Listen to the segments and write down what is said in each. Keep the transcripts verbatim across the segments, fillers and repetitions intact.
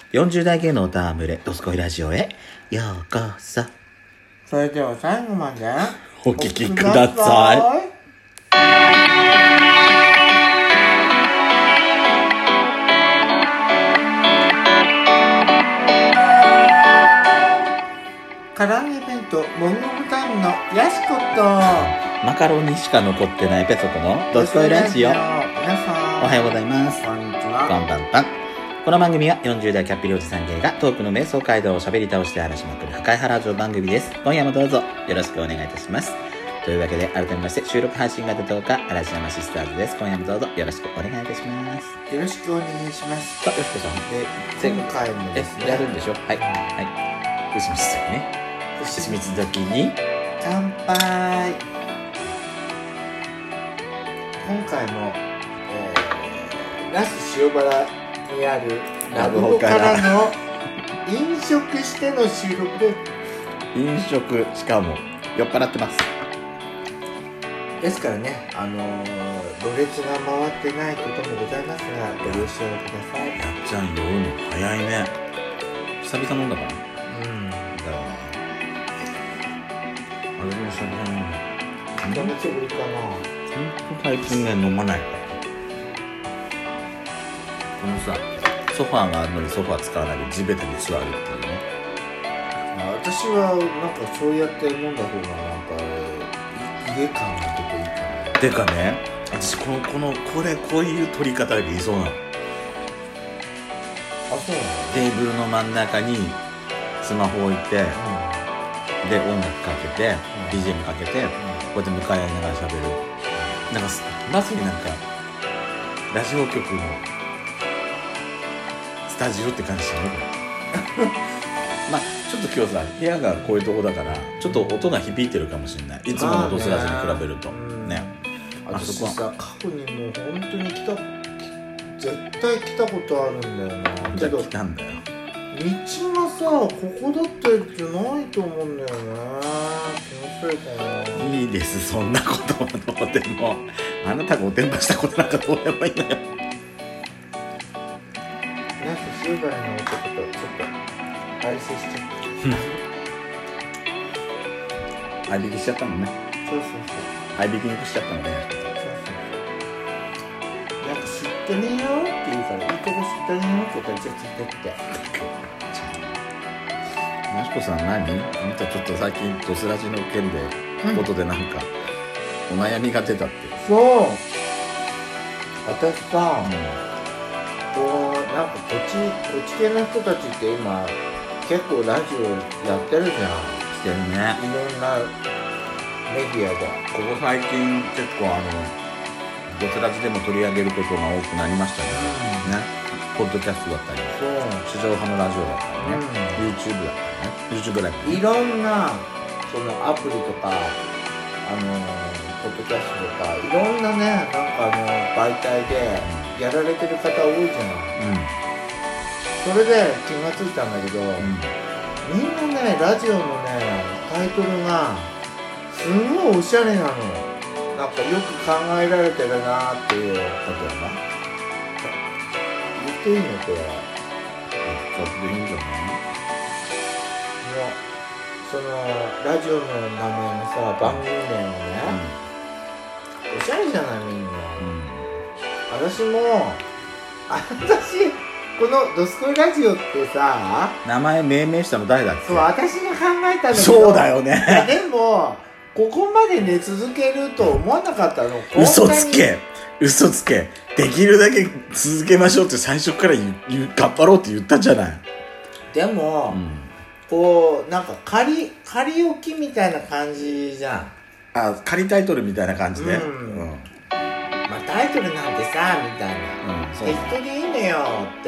よんじゅう代芸能たむれドスコイラジオへようこそ。 それでは最後までお聞きください。 唐揚げ弁当もぐもぐタイムのやしことマカロニしか残ってないペソコのドスコイラジオ。 皆さんおはようございます。 こんにちは。 こんばんぱん。この番組はよんじゅう代キャッピリおじさん芸がトークの瞑想街道を喋り倒して話しまくる破壊原城番組です。今夜もどうぞよろしくお願いいたします。というわけで改めまして収録配信型とおか嵐山シスターズです。今夜もどうぞよろしくお願いいたします。 よろしくお願いします。 さあよしこさんで今回もですねやるんでしょ。はいはい牛蜜時ね。牛蜜時に乾杯。今回も、えー、那須塩原にあるラブホからの飲食しての収録で飲食しかも酔っ払ってます。 ですからね、あのー、ろれつが回ってないこともございますがご了承ください。 やっちゃん酔うの早いね。久々飲んだから。 うんだからあれも久々に飲んだ。 いっかげつぶりかな。 ほんと最近ね飲まないから。このさソファーがあるのにソファー使わないで地べたに座るっていうね。 私はなんかそうやって飲んだ方がなんか家感が出ていいかな。 てかね、私このこのこれこういう撮り方で理想なの。 あ、そうなの。 テーブルの真ん中にスマホ置いて、で音楽かけて、 うん、 ビージーエム かけて、うん、こうやって向かい合いながら喋る。なんかまさになんかラジオ局のスタジオって感じしないこれ。まあちょっと今日さ部屋がこういうとこだからちょっと音が響いてるかもしれない。いつものドスラジに比べるとね。 あそこはさ過去にもう本当に来た絶対来たことあるんだよな。 じゃあ来たんだよ。 道がさここだったやつじゃないと思うんだよね。気のせいかな。 いいですそんなことはどうでも。あなたがおてんばしたことなんかどうでもいいのよ。 ナスシューバーの男とちょっと愛せしちゃった合いびきしちゃったのね。 そうそうそう合いびき肉しちゃったのね。 そうそうなんか知ってねえよって言うからいいとこ知ってねえよって言ったらじゃあついてってなしこさん何？あなたちょっと最近ドスラジの件で、うん、ことでなんかお悩みが出たって。 そう私さ、うん、こうなんかこっちこっち系の人たちって今結構ラジオやってるじゃん。 してるね。 いろんなメディアでここ最近結構あのドスラジでも取り上げることが多くなりましたね。うん、ねポッドキャストだったり地上波のラジオだったりね、うん、YouTube だったりね YouTube ライブ、ね、 いろんなそのアプリとかあのポッドキャストとかいろんなねなんかあの媒体でやられてる方多いじゃない、うん、それで気がついたんだけど、うん、みんなねラジオのねタイトルがすごいおしゃれなの。なんかよく考えられてるなっていう。例えば言っていいのこれ。 それでいいんじゃない？ そのラジオの名前のさ番組名がね、うん、おしゃれじゃないみんな、うん、私も私このドスコイラジオってさ名前命名したの誰だっけ？ そう私が考えたんだけど。 そうだよね。 でもここまでね続けると思わなかったの。 嘘つけ嘘つけ。できるだけ続けましょうって最初から言う頑張ろうって言ったじゃない。でも、うん、こうなんか仮仮置きみたいな感じじゃん。 あ仮タイトルみたいな感じで、うんうん、 まあタイトルなんてさみたいな、うん、適当でいいんだよって、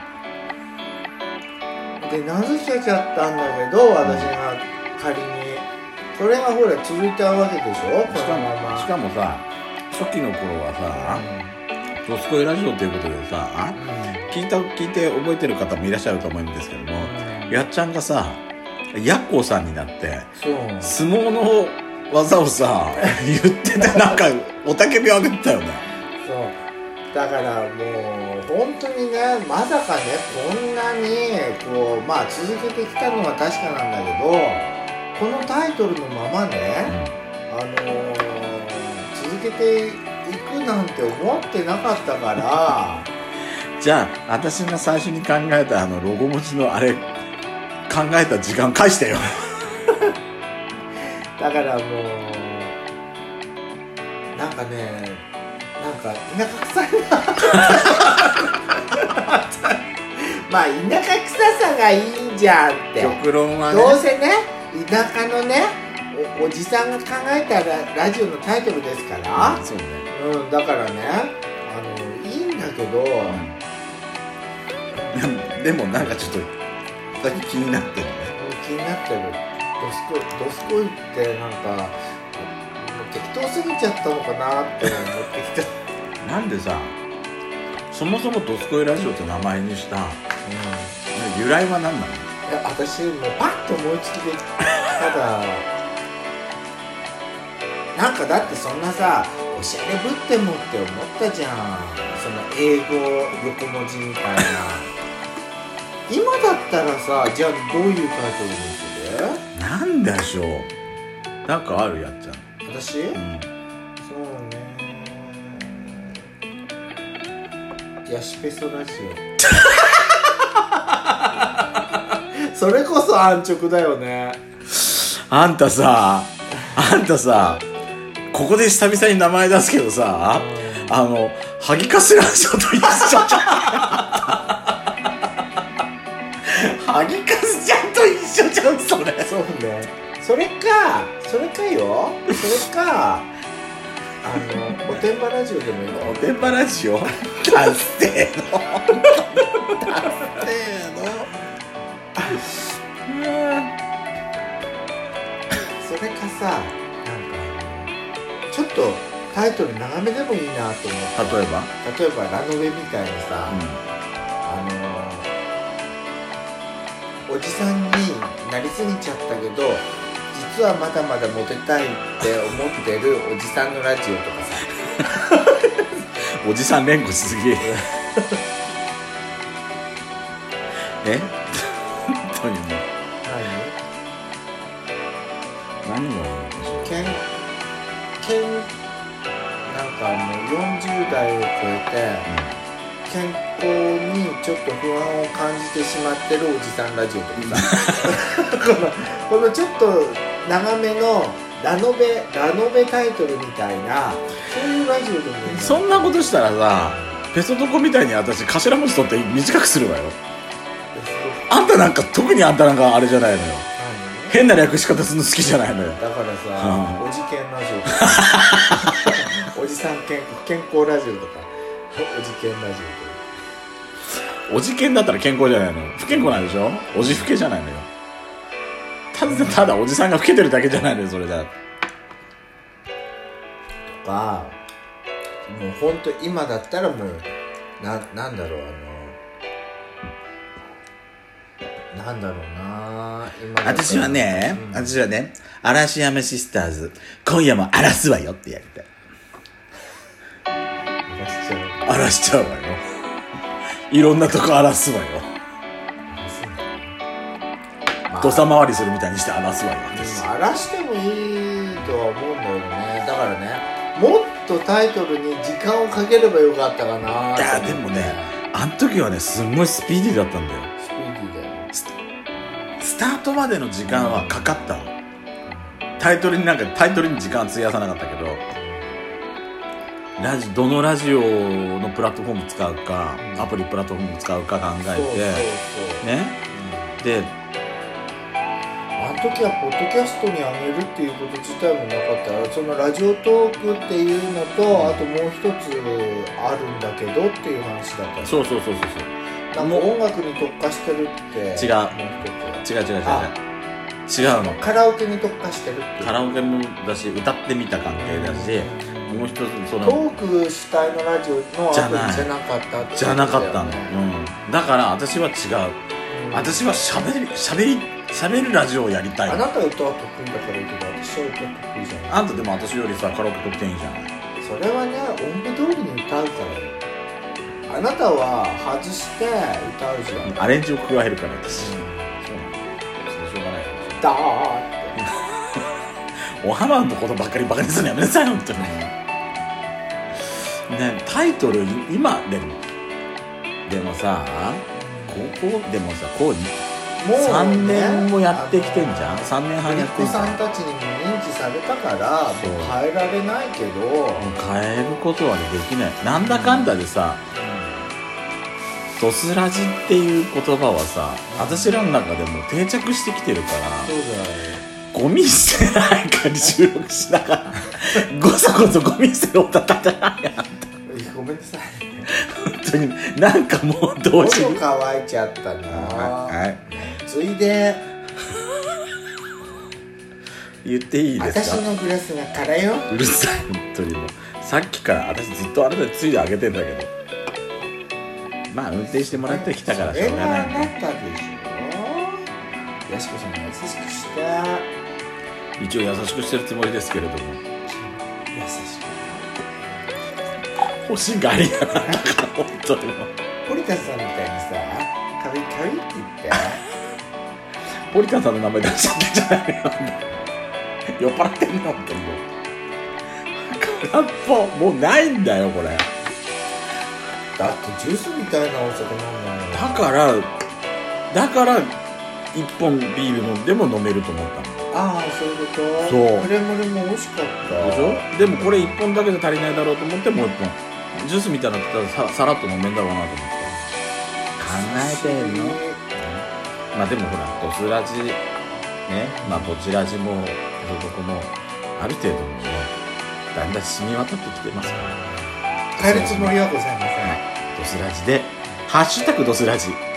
うん、で名付けちゃったんだけど私が仮にそれがほら続いたわけでしょ。 しかもしかもさ初期の頃はさ、うん、ドスコイラジオっていうことでさ、うん、聞いた聞いて覚えてる方もいらっしゃると思うんですけども、うん、やっちゃんがさヤッコーさんになって相撲の技をさ言っててなんかおたけび上げてたよね。 そうだからもう本本当にね、まさかねこんなにこうまあ続けてきたのは確かなんだけど、このタイトルのままね、うん、あのー、続けていくなんて思ってなかったからじゃあ私の最初に考えたあのロゴ文字のあれ考えた時間返してよだからもうなんかね、なんか田舎臭いなまあ田舎臭さがいいんじゃんって極論はね、 どうせね田舎のね お, おじさんが考えた ラ, ラジオのタイトルですから、 うん、そうね、 うん、だからねあのいいんだけど、 うん、でもなんかちょっと最近気になってるね。 気になってる。ドスコイドスコイってなんか適当すぎちゃったのかなって思ってきたなんでさ、そもそもドスコイラジオって名前にした、うん、由来は何なの？いや私もうパッと思いつきでただなんかだってそんなさおしゃれぶってもって思ったじゃん、その英語横文字みたいな今だったらさ、じゃあどういうタイトルにする？ なんでしょう、なんかあるやっちゃん私、うん、そうねヤシペソラジオそれこそ安直だよね。 あんたさあんたさここで久々に名前出すけどさ、うん、あのハギカスラジオと一緒じゃんハギカスちゃんと一緒じゃんそれ。 そうね、それかそれかよそれかあのおてんばラジオでもいいの？ おてんばラジオダッセーのダッセーのそれかさ、なんかちょっとタイトル長めでもいいなと思って。 例えば例えばラノベみたいなさ、うん、あのおじさんになりすぎちゃったけど実はまだまだモテたいって思ってるおじさんのラジオとかさおじさん連呼しすぎえ本当にね、何何がいいんでしょう。 けんけんなんかもうよんじゅう代を超えて、うん、健康にちょっと不安を感じてしまってるおじさんラジオとかさこの、このちょっと長めのラノベラノベタイトルみたいなそういうラジオでもいい。 そんなことしたらさ、ペソドコみたいに私頭文字取って短くするわよ。あんたなんか特にあんたなんかあれじゃないのよ、変な略し方するの好きじゃないのよ。 だからさ、うん、おじけんラジオとかおじさん健健康ラジオとかおじけんラジオとか。おじけんだったら健康じゃないの、不健康なんでしょ、おじふけじゃないのよ。ただただおじさんが老けてるだけじゃないのよそれじゃ。 とかもうほんと今だったらもうな、なんだろうあのなんだろうな今私はね、うん、私はね嵐山シスターズ今夜も荒らすわよってやりたい。 荒らしちゃう荒らしちゃうわよいろんなとこ荒らすわよ。土佐回りするみたいにして荒らすわよ。 荒らしてもいいとは思うんだよね。だからねもっとタイトルに時間をかければよかったかな。 いやでもねあの時はねすんごいスピーディーだったんだよ。 スピーディーだよ。 ス, スタートまでの時間はかかったわ、うん、タイトルになんかタイトルに時間は費やさなかったけど、ラジどのラジオのプラットフォーム使うか、うん、アプリプラットフォーム使うか考えてそうそうそうね、うん、であの時はポッドキャストに上げるっていうこと自体もなかった。そのラジオトークっていうのと、うん、あともう一つあるんだけどっていう話だった。 そうそうそうそうそう。なんか音楽に特化してるって違う。もう一つ違う違う違う違う違うの。 カラオケに特化してるっていう。 カラオケもだし歌ってみた関係だし、うん、もう一つそのトーク主体のラジオのアプリじゃなかったって、 じゃなかったの、うん、だから私は違う、うん、私はしゃべりしゃべり喋るラジオをやりたい。 あなたは歌は得意だからいいけど私は歌得意じゃない。 あんたでも私よりさカラオケ得点いいじゃない。 それはね音符通りに歌うからよ。 あなたは外して歌うじゃん。 アレンジを加えるから私、うん、 そうなの。 それしょうがないダーってお花のことばっかりバカにするのやめなさい本当にね。タイトル今でもでもさ高校でもさこうもう、ね、さんねんもやってきてんじゃん。さんねんはんやってんじゃん。 さんたちにも認知されたからもう変えられないけど、もう変えることはできない。なんだかんだでさ、ドスラジっていう言葉はさ、私らの中でも定着してきてるから。 そうだよ。 ゴミ捨てないかに収録しながらごそごそゴミ捨てをたたたないやん。 ごめんなさい。 本当になんかもう同時に喉乾いちゃったな。 はい。 ついで言っていいですか。 私のグラスが空よ。 うるさい本当にもう。さっきから私ずっとあなたについであげてんだけど、まあ運転してもらってきたからしょうがないね。 それがあなたでしょ。やしこさんが優しくして。 一応優しくしてるつもりですけれども。 優しく。 欲しがりやな。だから本当にもう。 堀田さんみたいにさ、カビカビって言って。 堀田さんの名前出しちゃってんじゃないの。酔っ払ってんの本当にもう。空っぽもうないんだよこれ。 だってジュースみたいなお酒飲んだの。 だからだから一本ビール飲んでも飲めると思ったの。 ああそういうこと。 そうプレモルも美味しかったでしょ。でもこれ一本だけじゃ足りないだろうと思ってもう一本ジュースみたいなのだったら さ, さらっと飲めんだろうなと思って考えてんの。まあでもほらドスラジね、まあどちらじもどこもある程度のねだんだん染み渡ってきてますから変えるつもりはございません。 ドスラジでハッシュタグドスラジ